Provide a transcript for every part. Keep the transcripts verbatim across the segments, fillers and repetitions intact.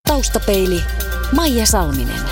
Taustapeili, Maija Salminen.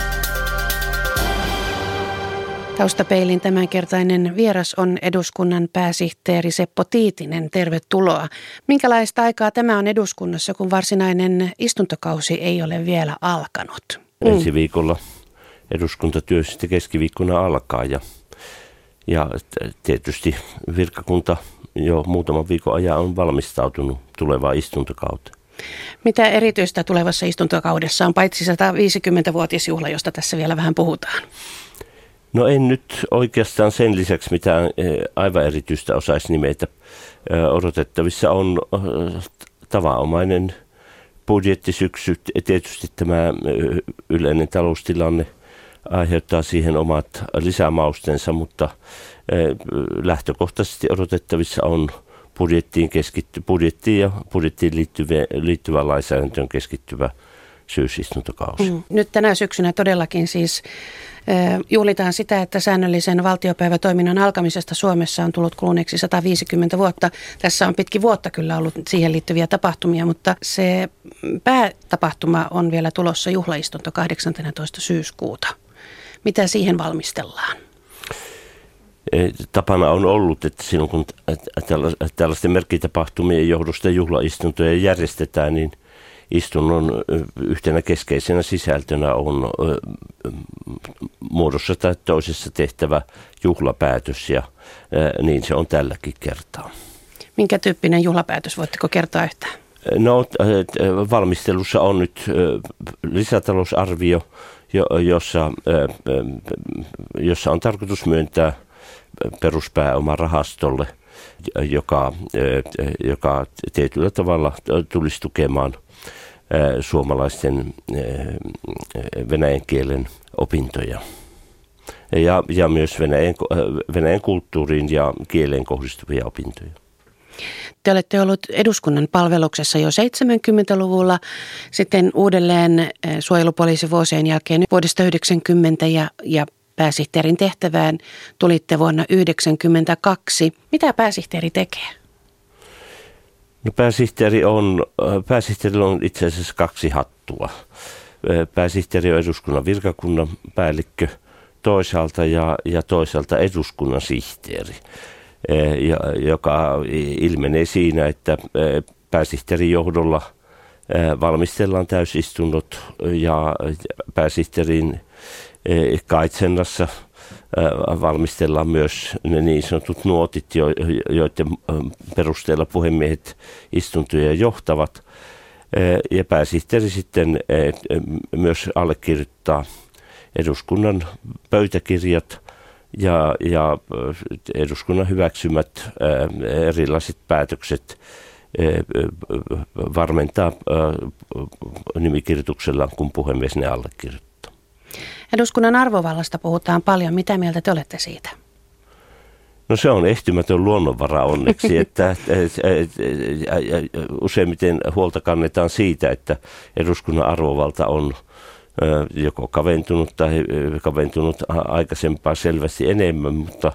Taustapeilin tämänkertainen vieras on eduskunnan pääsihteeri Seppo Tiitinen. Tervetuloa. Minkälaista aikaa tämä on eduskunnassa, kun varsinainen istuntokausi ei ole vielä alkanut? Mm. Ensi viikolla eduskuntatyö sitten keskiviikkona alkaa ja, ja tietysti virkakunta jo muutaman viikon ajan on valmistautunut tulevaan istuntokauteen. Mitä erityistä tulevassa istuntokaudessa on, paitsi sataviisikymmentävuotisjuhla, josta tässä vielä vähän puhutaan? No en nyt oikeastaan sen lisäksi mitään aivan erityistä osaisi nimetä. Odotettavissa on tavanomainen budjettisyksy. Tietysti tämä yleinen taloustilanne aiheuttaa siihen omat lisämaustensa, mutta lähtökohtaisesti odotettavissa on budjettiin, keskitty, budjettiin ja budjettiin liittyvä, liittyvä lainsäädäntöön keskittyvä syysistuntokausi. Mm. Nyt tänä syksynä todellakin siis äh, juhlitaan sitä, että säännöllisen valtiopäivätoiminnan alkamisesta Suomessa on tullut kuluneeksi sataviisikymmentä vuotta. Tässä on pitkin vuotta kyllä ollut siihen liittyviä tapahtumia, mutta se päätapahtuma on vielä tulossa, juhlaistunto kahdeksastoista syyskuuta. Mitä siihen valmistellaan? Tapana on ollut, että silloin kun tällaisten merkkitapahtumien johdosta juhlaistuntoja järjestetään, niin istunnon yhtenä keskeisenä sisältönä on muodossa tai toisessa tehtävä juhlapäätös, ja niin se on tälläkin kertaa. Minkä tyyppinen juhlapäätös, voitteko kertoa yhtään? No, valmistelussa on nyt lisätalousarvio, jossa, jossa on tarkoitus myöntää peruspääoma rahastolle, joka, joka tietyllä tavalla tulisi tukemaan suomalaisten venäjän kielen opintoja ja, ja myös venäjän, venäjän kulttuuriin ja kieleen kohdistuvia opintoja. Te olette ollut eduskunnan palveluksessa jo seitsemänkymmentäluvulla, sitten uudelleen suojelupoliisin vuosien jälkeen vuodesta yhdeksänkymmentä ja, ja pääsihteerin tehtävään tulitte vuonna yhdeksänkymmentäkaksi. Mitä pääsihteeri tekee? No pääsihteeri on, pääsihteerillä on itse asiassa kaksi hattua. Pääsihteeri on eduskunnan virkakunnan päällikkö toisaalta ja, ja toisaalta eduskunnan sihteeri, joka ilmenee siinä, että pääsihteerin johdolla valmistellaan täysistunnot ja pääsihteerin kaitsennassa valmistellaan myös ne niin sanotut nuotit, joiden perusteella puhemiehet istuntoja johtavat. Ja pääsihteeri sitten myös allekirjoittaa eduskunnan pöytäkirjat ja, ja eduskunnan hyväksymät erilaiset päätökset varmentaa nimikirjoituksella, kun puhemies ne allekirjoittaa. Eduskunnan arvovallasta puhutaan paljon. Mitä mieltä te olette siitä? No se on ehtymätön luonnonvara onneksi, että useimmiten huolta kannetaan siitä, että eduskunnan arvovalta on joko kaventunut tai kaventunut aikaisempaa selvästi enemmän, mutta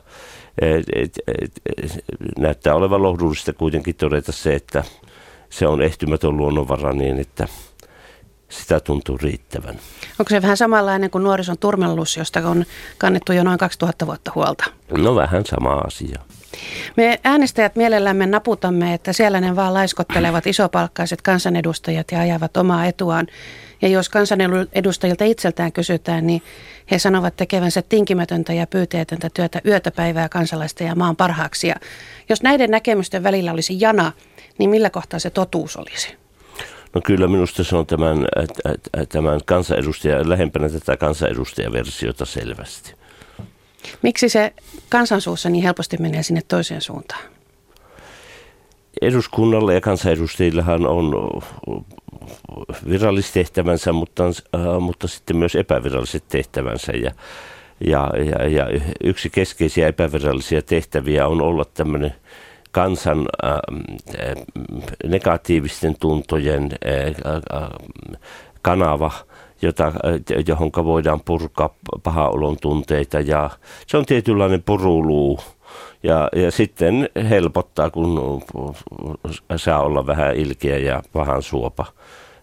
näyttää olevan lohdullista kuitenkin todeta se, että se on ehtymätön luonnonvara niin, että sitä tuntuu riittävän. Onko se vähän samanlainen kuin nuorison turmellus, josta on kannettu jo noin kaksituhatta vuotta huolta? No vähän sama asia. Me äänestäjät mielellämme naputamme, että siellä ne vaan laiskottelevat isopalkkaiset kansanedustajat ja ajavat omaa etuaan. Ja jos kansanedustajilta itseltään kysytään, niin he sanovat tekevänsä tinkimätöntä ja pyyteetöntä työtä yötä päivää kansalaisten ja maan parhaaksi. Ja jos näiden näkemysten välillä olisi jana, niin millä kohtaa se totuus olisi? No kyllä minusta se on tämän, tämän kansanedustaja, lähempänä tätä kansanedustajaversiota selvästi. Miksi se kansansuussa niin helposti menee sinne toiseen suuntaan? Eduskunnalla ja kansanedustajillahan on virallistehtävänsä, mutta, mutta sitten myös epäviralliset tehtävänsä. Ja, ja, ja, ja yksi keskeisiä epävirallisia tehtäviä on olla tämmöinen kansan äh, negatiivisten tuntojen äh, kanava, jota, johonka voidaan purkaa pahaolon tunteita, ja se on tietynlainen puruluu. Ja, ja sitten helpottaa, kun saa olla vähän ilkeä ja pahan suopa.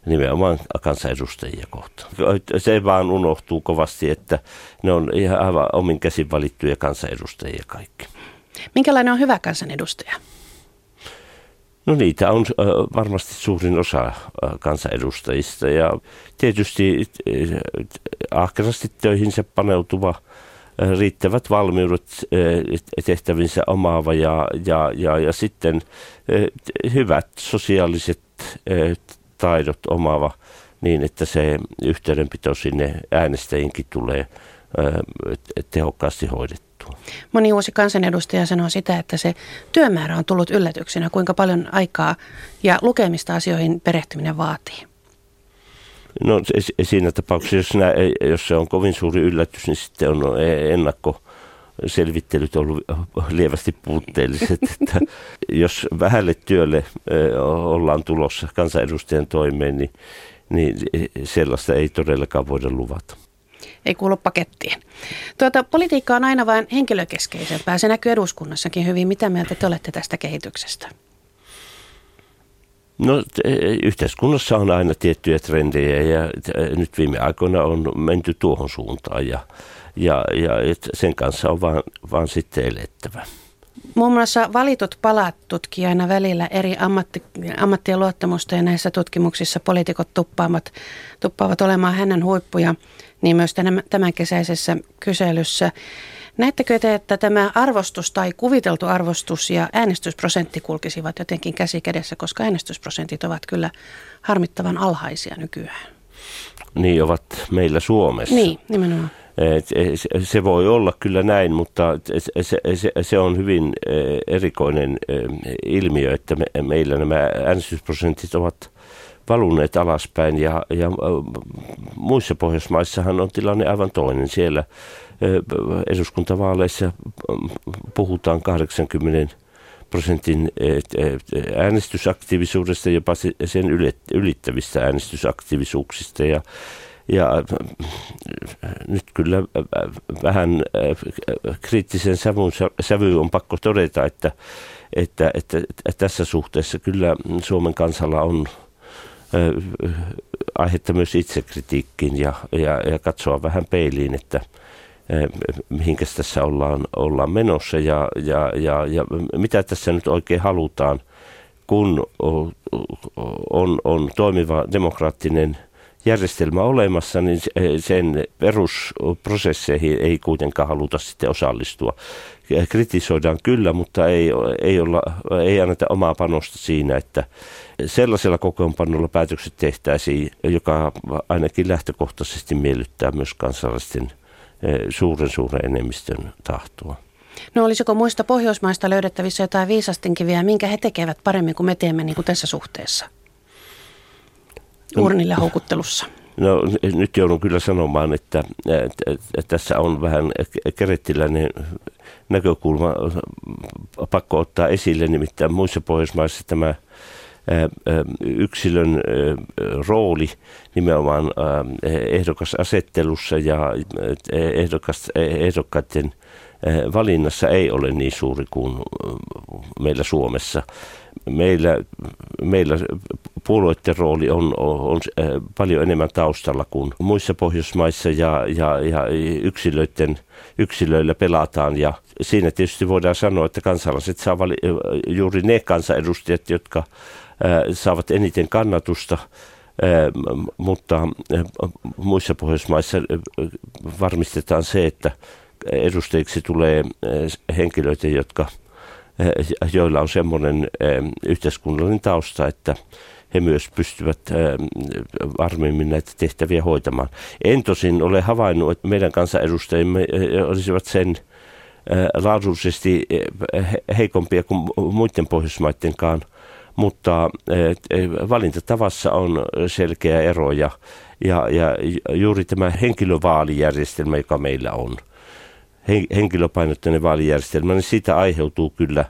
nimenomaan kansanedustajia kohtaan. Se vaan unohtuu kovasti, että ne on ihan aivan omin käsin valittuja kansanedustajia kaikki. Minkälainen on hyvä kansanedustaja? No niitä on varmasti suurin osa kansanedustajista ja tietysti ahkerasti töihinsä paneutuva, riittävät valmiudet tehtävinsä omaava ja, ja, ja, ja sitten hyvät sosiaaliset taidot omaava niin, että se yhteydenpito sinne äänestäjinkin tulee tehokkaasti hoidettua. Moni uusi kansanedustaja sanoo sitä, että se työmäärä on tullut yllätyksenä, kuinka paljon aikaa ja lukemista asioihin perehtyminen vaatii. No siinä tapauksessa, jos, nää, jos se on kovin suuri yllätys, niin sitten on ennakkoselvittelyt ollut lievästi puutteelliset. Että jos vähälle työlle ollaan tulossa kansanedustajan toimeen, niin, niin sellaista ei todellakaan voida luvata. Ei kuulu pakettiin. Tuota, politiikka on aina vain henkilökeskeisempää. Se näkyy eduskunnassakin hyvin. Mitä mieltä te olette tästä kehityksestä? No yhteiskunnassa on aina tiettyjä trendejä ja nyt viime aikoina on menty tuohon suuntaan ja, ja, ja sen kanssa on vaan, vaan sitten elettävä. Muun muassa valitut palat tutkii aina välillä eri ammatti, ammattien luottamusta ja näissä tutkimuksissa poliitikot tuppaavat, tuppaavat olemaan hänen huippuja, niin myös tämän kesäisessä kyselyssä. Näettekö te, että tämä arvostus tai kuviteltu arvostus ja äänestysprosentti kulkisivat jotenkin käsi kädessä, koska äänestysprosentit ovat kyllä harmittavan alhaisia nykyään? Niin ovat meillä Suomessa. Niin, nimenomaan. Se voi olla kyllä näin, mutta se, se, se on hyvin erikoinen ilmiö, että me, meillä nämä äänestysprosentit ovat valuneet alaspäin ja, ja muissa Pohjoismaissahan on tilanne aivan toinen. Siellä eduskuntavaaleissa puhutaan kahdeksankymmentä prosentin äänestysaktiivisuudesta, jopa sen ylittävistä äänestysaktiivisuuksista ja Ja nyt kyllä vähän kriittisen sävyn, sävy on pakko todeta, että, että, että, että tässä suhteessa kyllä Suomen kansalla on aihetta myös itsekritiikkiin ja, ja, ja katsoa vähän peiliin, että mihinkäs tässä ollaan, ollaan menossa ja, ja, ja, ja mitä tässä nyt oikein halutaan, kun on, on toimiva demokraattinen järjestelmä olemassa, niin sen perusprosesseihin ei kuitenkaan haluta sitten osallistua. Kritisoidaan kyllä, mutta ei, ei, olla, ei anneta omaa panosta siinä, että sellaisella kokoonpanolla päätökset tehtäisiin, joka ainakin lähtökohtaisesti miellyttää myös kansalaisten suuren suuren enemmistön tahtoa. No olisiko muista Pohjoismaista löydettävissä jotain viisastinkiviä, minkä he tekevät paremmin kuin me teemme niin kuin tässä suhteessa? Urnille houkuttelussa. No nyt joudun kyllä sanomaan, että, että, että tässä on vähän kerettiläinen näkökulma pakko ottaa esille, nimittäin muissa Pohjoismaissa tämä yksilön rooli nimenomaan ehdokasasettelussa ja ehdokas, ehdokkaiden valinnassa ei ole niin suuri kuin meillä Suomessa. Meillä, meillä puolueiden rooli on, on paljon enemmän taustalla kuin muissa Pohjoismaissa ja, ja, ja yksilöiden, yksilöillä pelataan. Ja siinä tietysti voidaan sanoa, että kansalaiset saavat juuri ne kansanedustajat, jotka saavat eniten kannatusta, mutta muissa Pohjoismaissa varmistetaan se, että edustajiksi tulee henkilöitä, jotka joilla on semmoinen yhteiskunnallinen tausta, että he myös pystyvät varmemmin näitä tehtäviä hoitamaan. En tosin ole havainnut, että meidän kansanedustajimme olisivat sen laadullisesti heikompia kuin muiden Pohjoismaidenkaan, mutta valintatavassa on selkeä ero ja, ja, ja juuri tämä henkilövaalijärjestelmä, joka meillä on, henkilöpainotteinen vaalijärjestelmä, niin siitä aiheutuu kyllä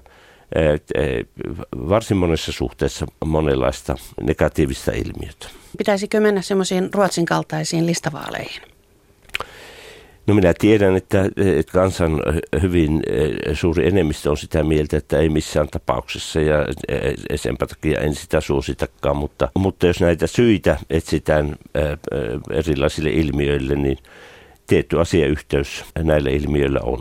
varsin monessa suhteessa monenlaista negatiivista ilmiötä. Pitäisikö mennä semmoisiin Ruotsin kaltaisiin listavaaleihin? No minä tiedän, että, että kansan hyvin suuri enemmistö on sitä mieltä, että ei missään tapauksessa ja sen takia en sitä suositakaan, mutta, mutta jos näitä syitä etsitään erilaisille ilmiöille, niin tietty asiayhteys näillä ilmiöillä on.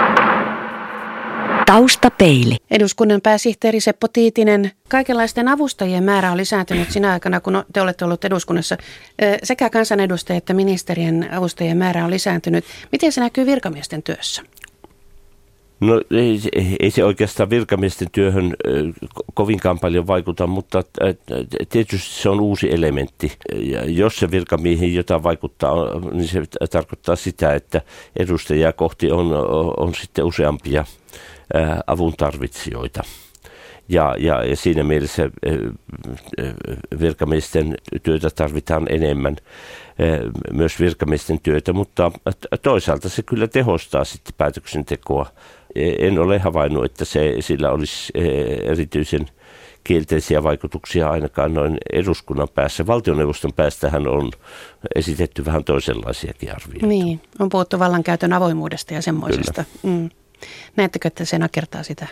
Taustapeili. Eduskunnan pääsihteeri Seppo Tiitinen, kaikenlaisten avustajien määrä on lisääntynyt sinä aikana, kun te olette ollut eduskunnassa. Sekä kansanedustajien että ministerien avustajien määrä on lisääntynyt. Miten se näkyy virkamiesten työssä? No ei, ei se oikeastaan virkamiesten työhön kovinkaan paljon vaikuta, mutta tietysti se on uusi elementti. Ja jos se virkamiehen jotain vaikuttaa, niin se tarkoittaa sitä, että edustajia kohti on, on sitten useampia avun tarvitsijoita. Ja, ja, ja siinä mielessä virkamiesten työtä tarvitaan enemmän, myös virkamiesten työtä, mutta toisaalta se kyllä tehostaa sitten päätöksentekoa. En ole havainnut, että se, sillä olisi erityisen kielteisiä vaikutuksia ainakaan noin eduskunnan päässä. Valtioneuvoston päästähän on esitetty vähän toisenlaisiakin arvioita. Niin, on puhuttu vallankäytön avoimuudesta ja semmoisesta. Mm. Näettekö, että se nakertaa sitä?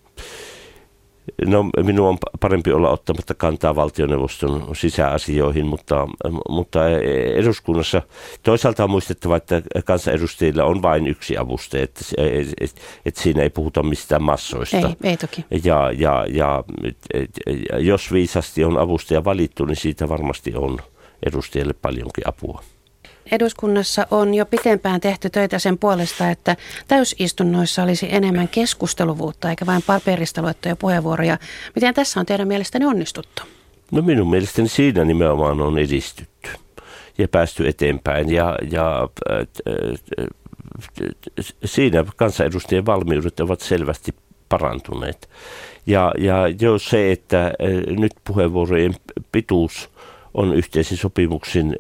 No minun on parempi olla ottamatta kantaa valtioneuvoston sisäasioihin, mutta, mutta eduskunnassa toisaalta on muistettava, että kansanedustajilla on vain yksi avustaja, että, että, että siinä ei puhuta mistään massoista. Ei, ei toki. Ja, ja, ja jos viisasti on avustaja valittu, niin siitä varmasti on edustajille paljonkin apua. Eduskunnassa on jo pitempään tehty töitä sen puolesta, että täysistunnoissa olisi enemmän keskusteluvuutta eikä vain paperista luettuja puheenvuoroja. Miten tässä on teidän mielestänne onnistuttu? No minun mielestäni siinä nimenomaan on edistytty ja päästy eteenpäin ja, ja äh, siinä kansanedustajien valmiudet ovat selvästi parantuneet. Ja, ja jo se, että äh, nyt puheenvuorojen pituus on yhteisin sopimuksin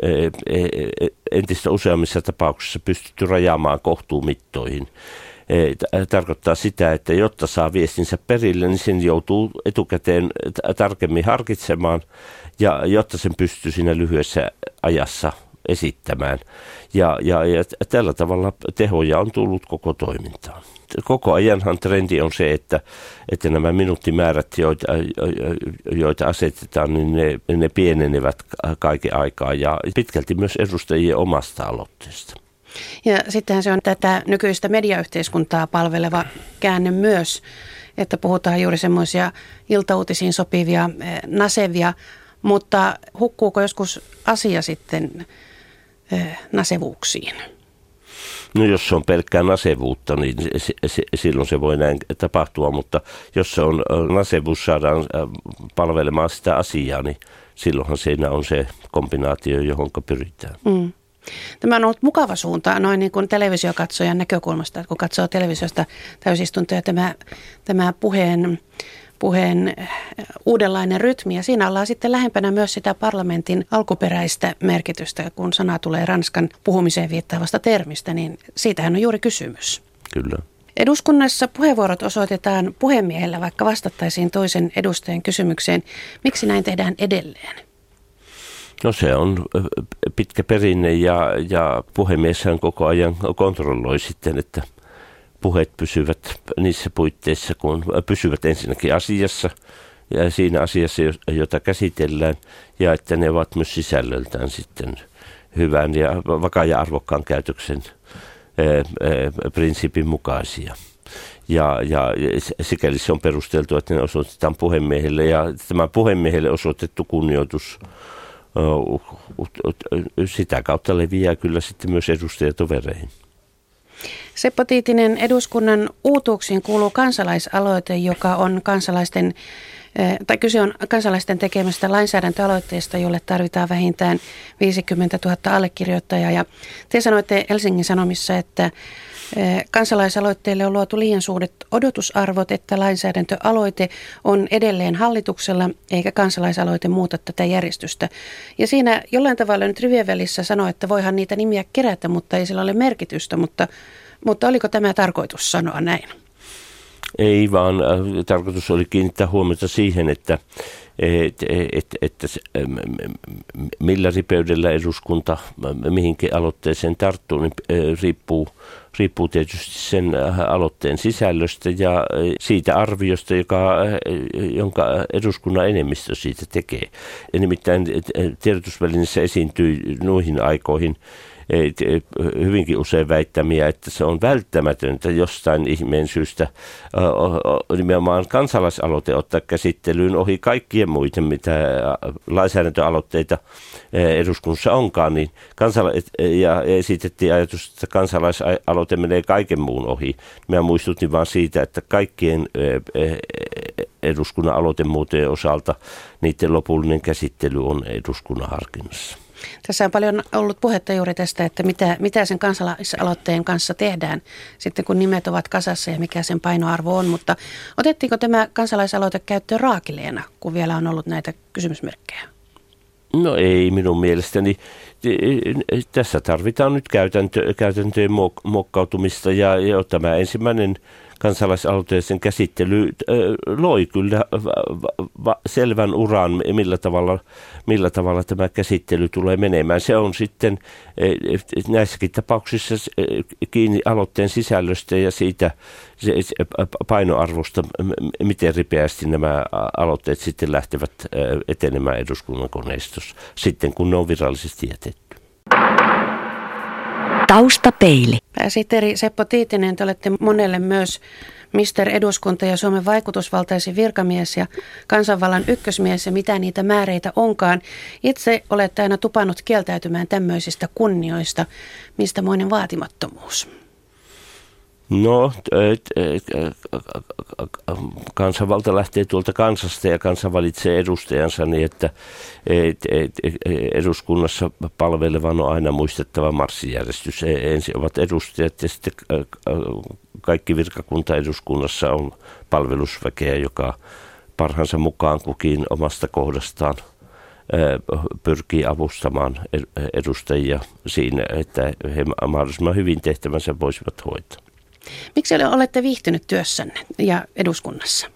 entistä useammissa tapauksissa pystytty rajaamaan kohtuumittoihin. Tarkoittaa sitä, että jotta saa viestinsä perille, niin sen joutuu etukäteen tarkemmin harkitsemaan, ja jotta sen pystyy siinä lyhyessä ajassa esittämään. Ja, ja, ja tällä tavalla tehoja on tullut koko toimintaan. Koko ajanhan trendi on se, että, että nämä minuuttimäärät, joita, joita asetetaan, niin ne, ne pienenevät kaiken aikaa ja pitkälti myös edustajien omasta aloitteesta. Ja sittenhän se on tätä nykyistä mediayhteiskuntaa palveleva käänne myös, että puhutaan juuri semmoisia iltauutisiin sopivia nasevia, mutta hukkuuko joskus asia sitten nasevuuksiin? No jos se on pelkkää nasevuutta, niin se, se, silloin se voi näin tapahtua, mutta jos se on nasevuus saadaan palvelemaan sitä asiaa, niin silloinhan siinä on se kombinaatio, johon pyritään. Mm. Tämä on ollut mukava suunta noin niin kuin televisiokatsojan näkökulmasta, että kun katsoo televisiosta täysistuntoja, tämä, tämä puheen, puheen uudenlainen rytmi. Ja siinä ollaan sitten lähempänä myös sitä parlamentin alkuperäistä merkitystä, kun sana tulee ranskan puhumiseen viittaavasta termistä, niin siitähän on juuri kysymys. Kyllä. Eduskunnassa puheenvuorot osoitetaan puhemiehellä, vaikka vastattaisiin toisen edustajan kysymykseen. Miksi näin tehdään edelleen? No se on pitkä perinne ja, ja puhemieshän koko ajan kontrolloi sitten, että puheet pysyvät niissä puitteissa, kun pysyvät ensinnäkin asiassa ja siinä asiassa, jota käsitellään, ja että ne ovat myös sisällöltään sitten hyvän ja vakaan ja arvokkaan käytöksen ää, ää, prinsiipin mukaisia. Ja, ja sikäli se on perusteltu, että ne osoitetaan puhemiehelle, ja tämä puhemiehelle osoitettu kunnioitus sitä kautta leviää kyllä sitten myös edustajatovereihin. Seppo Tiitinen, eduskunnan uutuuksiin kuuluu kansalaisaloite, joka on kansalaisten, tai kyse on kansalaisten tekemästä lainsäädäntöaloitteesta, jolle tarvitaan vähintään viisikymmentätuhatta allekirjoittajaa. Ja te sanoitte Helsingin Sanomissa, että kansalaisaloitteelle on luotu liian suuret odotusarvot, että lainsäädäntöaloite on edelleen hallituksella, eikä kansalaisaloite muuta tätä järjestystä. Ja siinä jollain tavalla nyt rivien välissä sanoi, että voihan niitä nimiä kerätä, mutta ei sillä ole merkitystä. Mutta, mutta oliko tämä tarkoitus sanoa näin? Ei, vaan äh, tarkoitus oli kiinnittää huomiota siihen, että, että et, et, millä ripeydellä eduskunta mihinkin aloitteeseen tarttuu, niin riippuu, riippuu tietysti sen aloitteen sisällöstä ja siitä arviosta, joka, jonka eduskunnan enemmistö siitä tekee. Ja nimittäin tiedotusvälineissä esiintyi noihin aikoihin hyvinkin usein väittämiä, että se on välttämätöntä jostain ihmeen syystä nimenomaan kansalaisaloite ottaa käsittelyyn ohi kaikkien muiden, mitä lainsäädäntöaloitteita eduskunnassa onkaan, niin kansala- ja esitettiin ajatus, että kansalaisaloite menee kaiken muun ohi. Mä muistutin vaan siitä, että kaikkien eduskunnan aloitemuotojen osalta niiden lopullinen käsittely on eduskunnan harkinnassa. Tässä on paljon ollut puhetta juuri tästä, että mitä, mitä sen kansalaisaloitteen kanssa tehdään sitten, kun nimet ovat kasassa ja mikä sen painoarvo on. Mutta otettiinko tämä kansalaisaloite käyttöön raakileena, kun vielä on ollut näitä kysymysmerkkejä? No ei minun mielestäni. Tässä tarvitaan nyt käytäntö, käytäntöjen muokkautumista ja jo tämä ensimmäinen kansalaisaloitteisen käsittely äh, loi kyllä va- va- selvän uran, millä tavalla, millä tavalla tämä käsittely tulee menemään. Se on sitten äh, näissäkin tapauksissa äh, kiinni aloitteen sisällöstä ja siitä se, se painoarvosta, m- miten ripeästi nämä aloitteet sitten lähtevät äh, etenemään eduskunnan koneistossa, sitten kun ne on virallisesti jätetty. Taustapeili. Pääsihteeri Seppo Tiitinen, te olette monelle myös mister Eduskunta ja Suomen vaikutusvaltaisin virkamies ja kansanvallan ykkösmies ja mitä niitä määreitä onkaan. Itse olette aina tupannut kieltäytymään tämmöisistä kunnioista. Mistä moinen vaatimattomuus? No, kansanvalta lähtee tuolta kansasta ja kansa valitsee edustajansa niin, että eduskunnassa palvelevan on aina muistettava marssijärjestys. Ensin ovat edustajat ja sitten kaikki virkakunta eduskunnassa on palvelusväkeä, joka parhaansa mukaan kukin omasta kohdastaan pyrkii avustamaan edustajia siinä, että he mahdollisimman hyvin tehtävänsä voisivat hoitaa. Miksi olette viihtynyt työssänne ja eduskunnassa?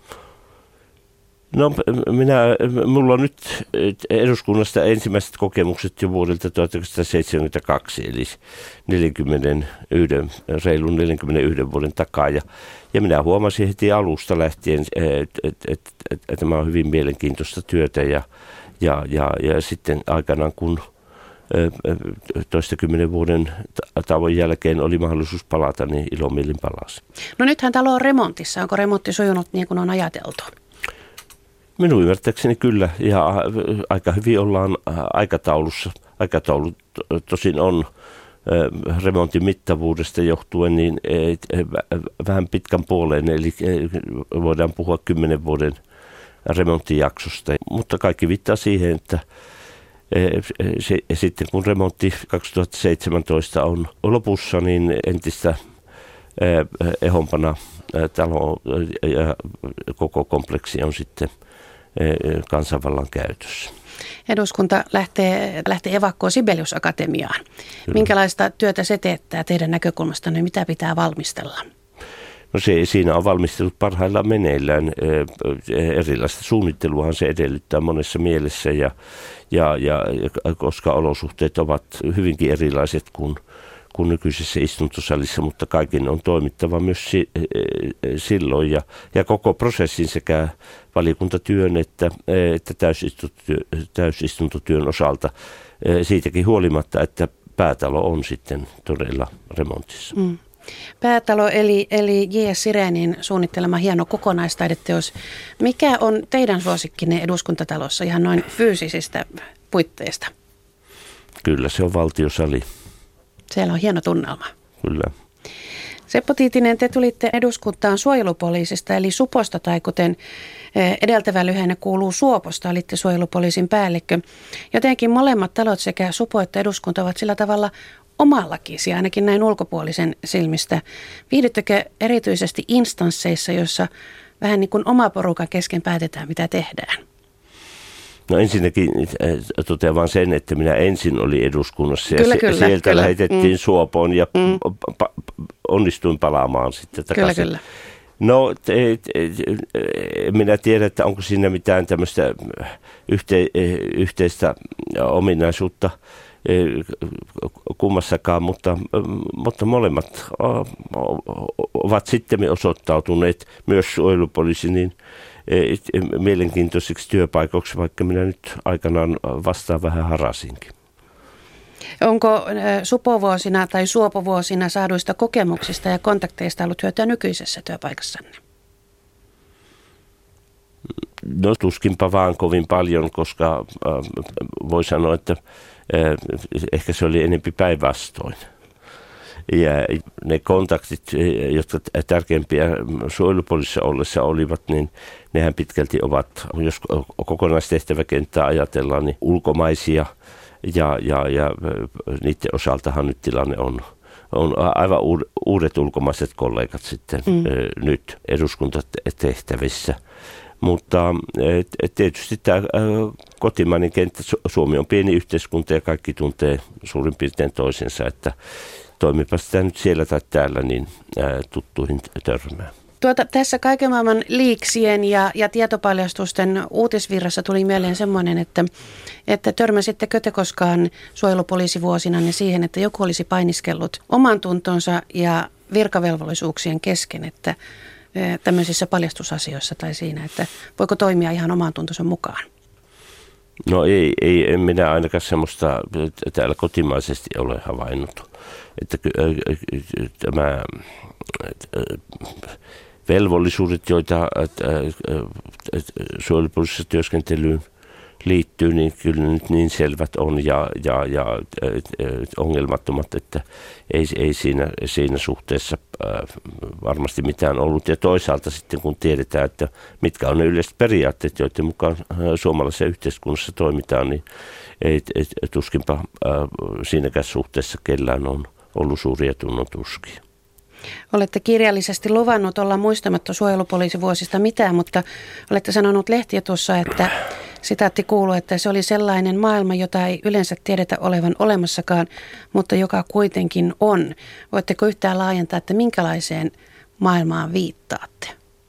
No minä, mulla on nyt eduskunnasta ensimmäiset kokemukset jo vuodelta tuhatyhdeksänsataaseitsemänkymmentäkaksi, eli neljänkymmenenyhden, reilun neljänkymmenenyhden vuoden takaa. Ja, ja minä huomasin heti alusta lähtien, että et, et, et, et tämä on hyvin mielenkiintoista työtä ja, ja, ja, ja sitten aikanaan kun toistakymmentä vuoden tauon jälkeen oli mahdollisuus palata, niin ilomielin palasi. No nythän talo on remontissa. Onko remontti sujunut niin kuin on ajateltu? Minun ymmärtääkseni kyllä, ja aika hyvin ollaan aikataulussa. Aikataulu tosin on remontin mittavuudesta johtuen niin vähän pitkän puoleen, eli voidaan puhua kymmenen vuoden remonttijaksosta. Mutta kaikki viittaa siihen, että se, sitten kun remontti kaksituhattaseitsemäntoista on lopussa, niin entistä ehompana talo ja koko kompleksi on sitten kansanvallan käytössä. Eduskunta lähtee, lähtee evakkoon Sibelius Akatemiaan. Kyllä. Minkälaista työtä se teettää teidän näkökulmastanne? Mitä pitää valmistella? No se, siinä on valmistelut parhaillaan meneillään. Erilaista suunnitteluahan se edellyttää monessa mielessä, ja, ja, ja koska olosuhteet ovat hyvinkin erilaiset kuin, kuin nykyisessä istuntosalissa, mutta kaikin on toimittava myös si, silloin. Ja, ja koko prosessin sekä valiokuntatyön että, että täysistuntotyön, täysistuntotyön osalta siitäkin huolimatta, että päätalo on sitten todella remontissa. Mm. Päätalo eli, eli J S. Sirenin suunnittelema hieno kokonaistaideteos. Mikä on teidän suosikkinne Eduskuntatalossa ihan noin fyysisistä puitteista? Kyllä, se on valtiosali. Siellä on hieno tunnelma. Kyllä. Seppo Tiitinen, te tulitte eduskuntaan suojelupoliisista eli Suposta, tai kuten edeltävä lyhenne kuuluu Suoposta, olitte suojelupoliisin päällikkö. Jotenkin molemmat talot sekä Supo että eduskunta ovat sillä tavalla omalakisia, ainakin näin ulkopuolisen silmistä. Viihdyttekö erityisesti instansseissa, joissa vähän niin kuin oma porukan kesken päätetään, mitä tehdään? No ensinnäkin totean vaan sen, että minä ensin olin eduskunnassa ja kyllä, se, kyllä, sieltä kyllä. lähetettiin mm. Suopoon ja mm. pa- onnistuin palaamaan sitten takaisin. Kyllä, kyllä. No, te, te, minä tiedän, että onko siinä mitään tämmöistä yhte, yhteistä ominaisuutta kummassakaan, mutta, mutta molemmat ovat sitten osoittautuneet myös suojelupoliisi niin mielenkiintoisiksi työpaikoiksi, vaikka minä nyt aikanaan vastaan vähän harasinkin. Onko supovuosina tai suopovuosina saaduista kokemuksista ja kontakteista ollut hyötyä nykyisessä työpaikassanne? No tuskinpa vaan kovin paljon, koska äh, voi sanoa, että äh, ehkä se oli enempi päinvastoin. Ja ne kontaktit, jotka tärkeimpiä suojelupoliisissa ollessa olivat, niin nehän pitkälti ovat, jos kokonaistehtäväkenttää ajatellaan, niin ulkomaisia. Ja, ja, ja niiden osaltahan nyt tilanne on, on aivan uudet ulkomaiset kollegat sitten mm. nyt eduskuntatehtävissä. Mutta tietysti tämä kotimainen kenttä, Suomi on pieni yhteiskunta ja kaikki tuntee suurin piirtein toisensa, että toimipa sitä nyt siellä tai täällä, niin tuttuihin törmää. Tuota, tässä kaiken maailman liiksien ja, ja tietopaljastusten uutisvirrassa tuli mieleen semmoinen, että, että törmäsittekö te koskaan suojelupoliisivuosina niin siihen, että joku olisi painiskellut oman tuntonsa ja virkavelvollisuuksien kesken, että e, tämmöisissä paljastusasioissa tai siinä, että voiko toimia ihan oman tuntonsa mukaan? No ei, ei en minä ainakaan semmoista täällä kotimaisesti ole havainnut, että tämä velvollisuudet, joita suojelupoliisissa työskentelyyn liittyy, niin kyllä nyt niin selvät on ja, ja, ja ongelmattomat, että ei, ei siinä, siinä suhteessa varmasti mitään ollut. Ja toisaalta sitten kun tiedetään, että mitkä on ne yleiset periaatteet, joiden mukaan suomalaisessa yhteiskunnassa toimitaan, niin ei, ei, tuskinpa siinäkään suhteessa kellään on ollut suuria tunnotuskia. Olette kirjallisesti luvannut olla muistamatta suojelupoliisivuosista mitään, mutta olette sanonut lehtiä tuossa, että sitaatti kuuluu, että se oli sellainen maailma, jota ei yleensä tiedetä olevan olemassakaan, mutta joka kuitenkin on. Voitteko yhtään laajentaa, että minkälaiseen maailmaan viittaatte?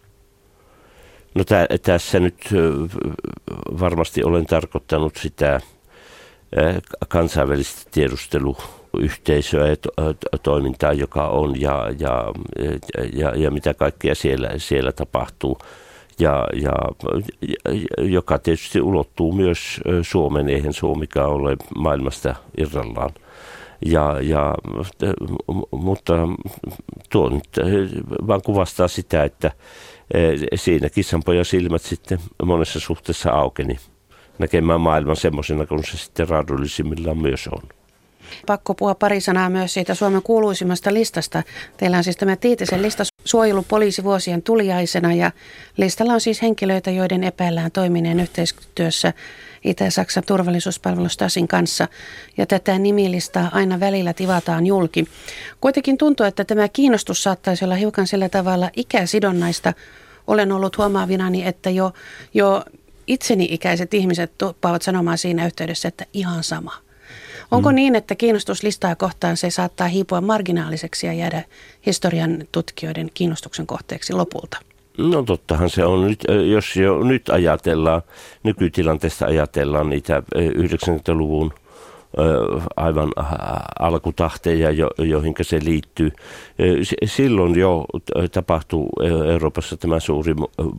No tä, tässä nyt varmasti olen tarkoittanut sitä kansainvälistä tiedusteluyhteisöä ja to, toimintaa, joka on ja, ja, ja, ja mitä kaikkea siellä, siellä tapahtuu. Ja, ja, joka tietysti ulottuu myös Suomeen, eihän Suomikaan ole maailmasta irrallaan. Ja, ja, mutta tuo nyt vaan kuvastaa sitä, että siinä kissanpojan silmät sitten monessa suhteessa aukeni näkemään maailman semmoisena, kun se sitten raadullisimmillaan myös on. Pakko puhua pari sanaa myös siitä Suomen kuuluisimmasta listasta. Teillä on siis tämä Tiitisen lista suojelupoliisivuosien tuliaisena ja listalla on siis henkilöitä, joiden epäillään toimineen yhteistyössä Itä-Saksan turvallisuuspalvelu Stasin kanssa. Ja tätä nimilistaa aina välillä tivataan julki. Kuitenkin tuntuu, että tämä kiinnostus saattaisi olla hiukan sillä tavalla ikäsidonnaista. Olen ollut huomaavinani, että jo, jo itseni ikäiset ihmiset tuppaavat sanomaan siinä yhteydessä, että ihan sama. Onko mm. niin, että kiinnostuslistaa kohtaan se saattaa hiipua marginaaliseksi ja jäädä historian tutkijoiden kiinnostuksen kohteeksi lopulta? No tottahan se on. Nyt, jos jo nyt ajatellaan, nykytilanteesta ajatellaan niitä yhdeksänkymmentäluvun aivan alkutahteja, joihin se liittyy. Silloin jo tapahtuu Euroopassa tämä suuri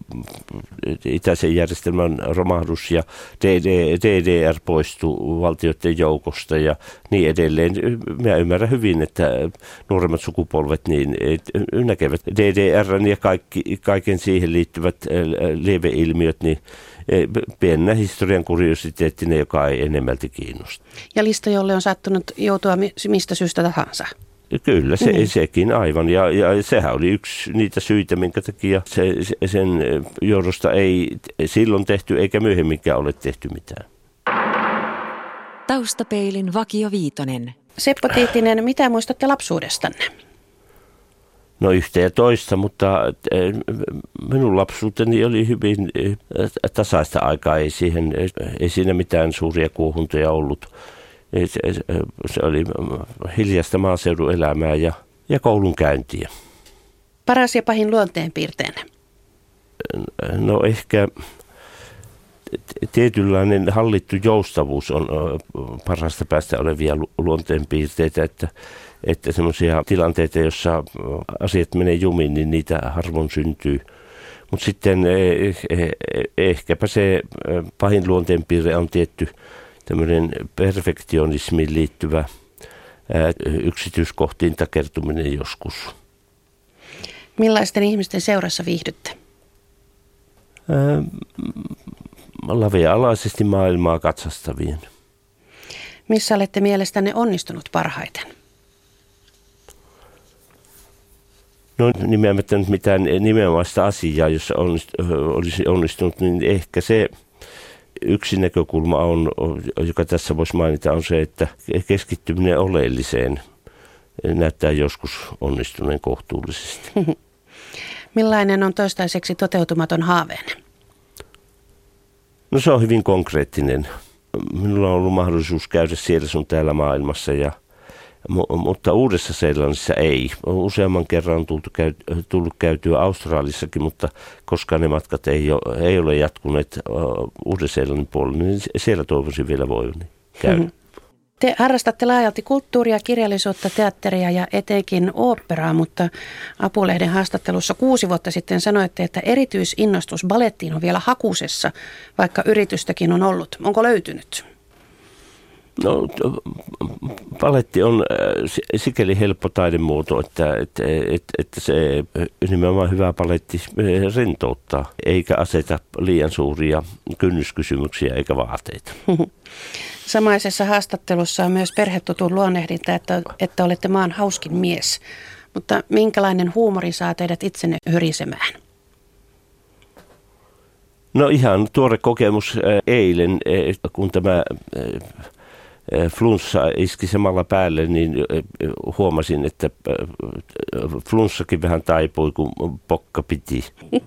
itäisen järjestelmän romahdus ja D D R poistuu valtioiden joukosta ja niin edelleen. Mä ymmärrän hyvin, että nuoremmat sukupolvet niin näkevät D D R:n ja kaikki, kaiken siihen liittyvät lieveilmiöt niin pienenä historian kuriositeettina, joka ei enemmälti kiinnosta. Ja lista, jolle on sattunut joutua mistä syystä tahansa. Kyllä, se, mm. sekin aivan. Ja, ja sehän oli yksi niitä syitä, minkä takia se, sen johdosta ei silloin tehty eikä myöhemminkään ole tehty mitään. Taustapeilin Vakio Viitonen. Seppo Tiitinen, mitä muistatte lapsuudestanne? No yhtä ja toista, mutta minun lapsuuteni oli hyvin tasaista aikaa. Ei, siihen, ei siinä mitään suuria kuohuntoja ollut. Se oli hiljaista maaseudun elämää ja, ja koulun käyntiä. Paras ja pahin luonteenpiirteenne? No ehkä tietynlainen hallittu joustavuus on parhaasta päästä olevia luonteenpiirteitä, että, että semmoisia tilanteita, joissa asiat menee jumiin, niin niitä harvoin syntyy. Mutta sitten ehkäpä se pahin luonteenpiirre on tietty tämmöinen perfektionismiin liittyvä yksityiskohtiin takertuminen joskus. Millaisten ihmisten seurassa viihdytte? Ää, lavea-alaisesti maailmaa katsastavien. Missä olette mielestänne onnistunut parhaiten? No nimeämättä nyt mitään nimenomaista asiaa, jossa olisi onnistunut, niin ehkä se yksi näkökulma on, joka tässä voisi mainita, on se, että keskittyminen oleelliseen näyttää joskus onnistuneen kohtuullisesti. Millainen on toistaiseksi toteutumaton haaveenne? No se on hyvin konkreettinen. Minulla on ollut mahdollisuus käydä siellä sun täällä maailmassa, ja, mutta Uudessa-Seelannissa ei. Useamman kerran on tullut, käy, tullut käytyä Australissakin, mutta koska ne matkat ei ole, ei ole jatkuneet Uuden-Seelannin puolella, niin siellä toivoisin vielä voivani käydä. Mm-hmm. Te harrastatte laajalti kulttuuria, kirjallisuutta, teatteria ja etenkin oopperaa, mutta Apulehden haastattelussa kuusi vuotta sitten sanoitte, että erityisinnostus balettiin on vielä hakusessa, vaikka yritystäkin on ollut. Onko löytynyt? No, baletti on sikäli helppo taidemuoto, että, että, että, että se nimenomaan hyvä baletti rentouttaa, eikä aseta liian suuria kynnyskysymyksiä eikä vaateita. Samaisessa haastattelussa on myös perhetutun luonnehdinta, että, että olette maan hauskin mies. Mutta minkälainen huumori saa teidät itsenne hyrisemään? No ihan tuore kokemus eilen, kun tämä flunssa iski samalla päälle, niin huomasin, että flunssakin vähän taipui, kun pokka piti.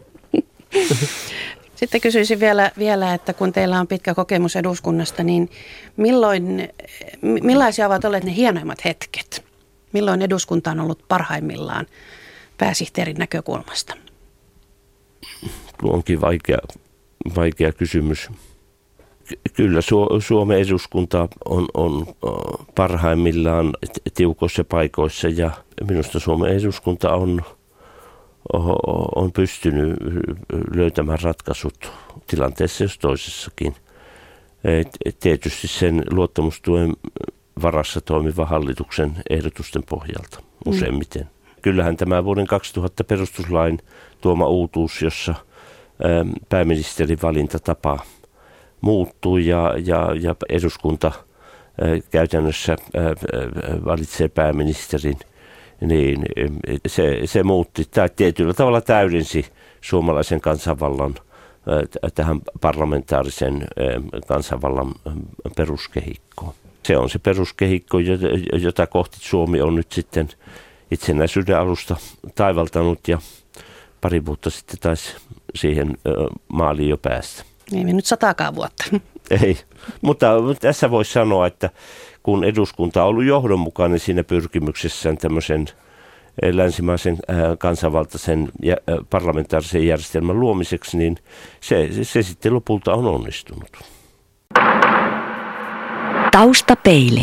Sitten kysyisin vielä, vielä, että kun teillä on pitkä kokemus eduskunnasta, niin milloin, millaisia ovat olleet ne hienoimmat hetket? Milloin eduskunta on ollut parhaimmillaan pääsihteerin näkökulmasta? Tuo onkin vaikea, vaikea kysymys. Kyllä Suomen eduskunta on, on parhaimmillaan tiukoissa paikoissa, ja minusta Suomen eduskunta on, on pystynyt löytämään ratkaisut tilanteessa jos toisessakin. Et tietysti sen luottamustuen varassa toimiva hallituksen ehdotusten pohjalta useimmiten. Mm. Kyllähän tämä vuoden kaksituhatta perustuslain tuoma uutuus, jossa pääministerin valintatapa muuttui ja, ja, ja eduskunta ää, käytännössä ää, valitsee pääministerin, niin se, se muutti tai tietyllä tavalla täydensi suomalaisen kansanvallan ää, tähän parlamentaarisen ää, kansanvallan ää, peruskehikkoon. Se on se peruskehikko, jota, jota kohti Suomi on nyt sitten itsenäisyyden alusta taivaltanut, ja pari vuotta sitten taisi siihen ää, maaliin jo päästä. Ei mennyt satakaan vuotta. Ei, mutta tässä voisi sanoa, että kun eduskunta on ollut johdonmukainen siinä pyrkimyksessään tämmöisen länsimaisen kansanvaltaisen ja parlamentaarisen järjestelmän luomiseksi, niin se, se sitten lopulta on onnistunut. Taustapeili.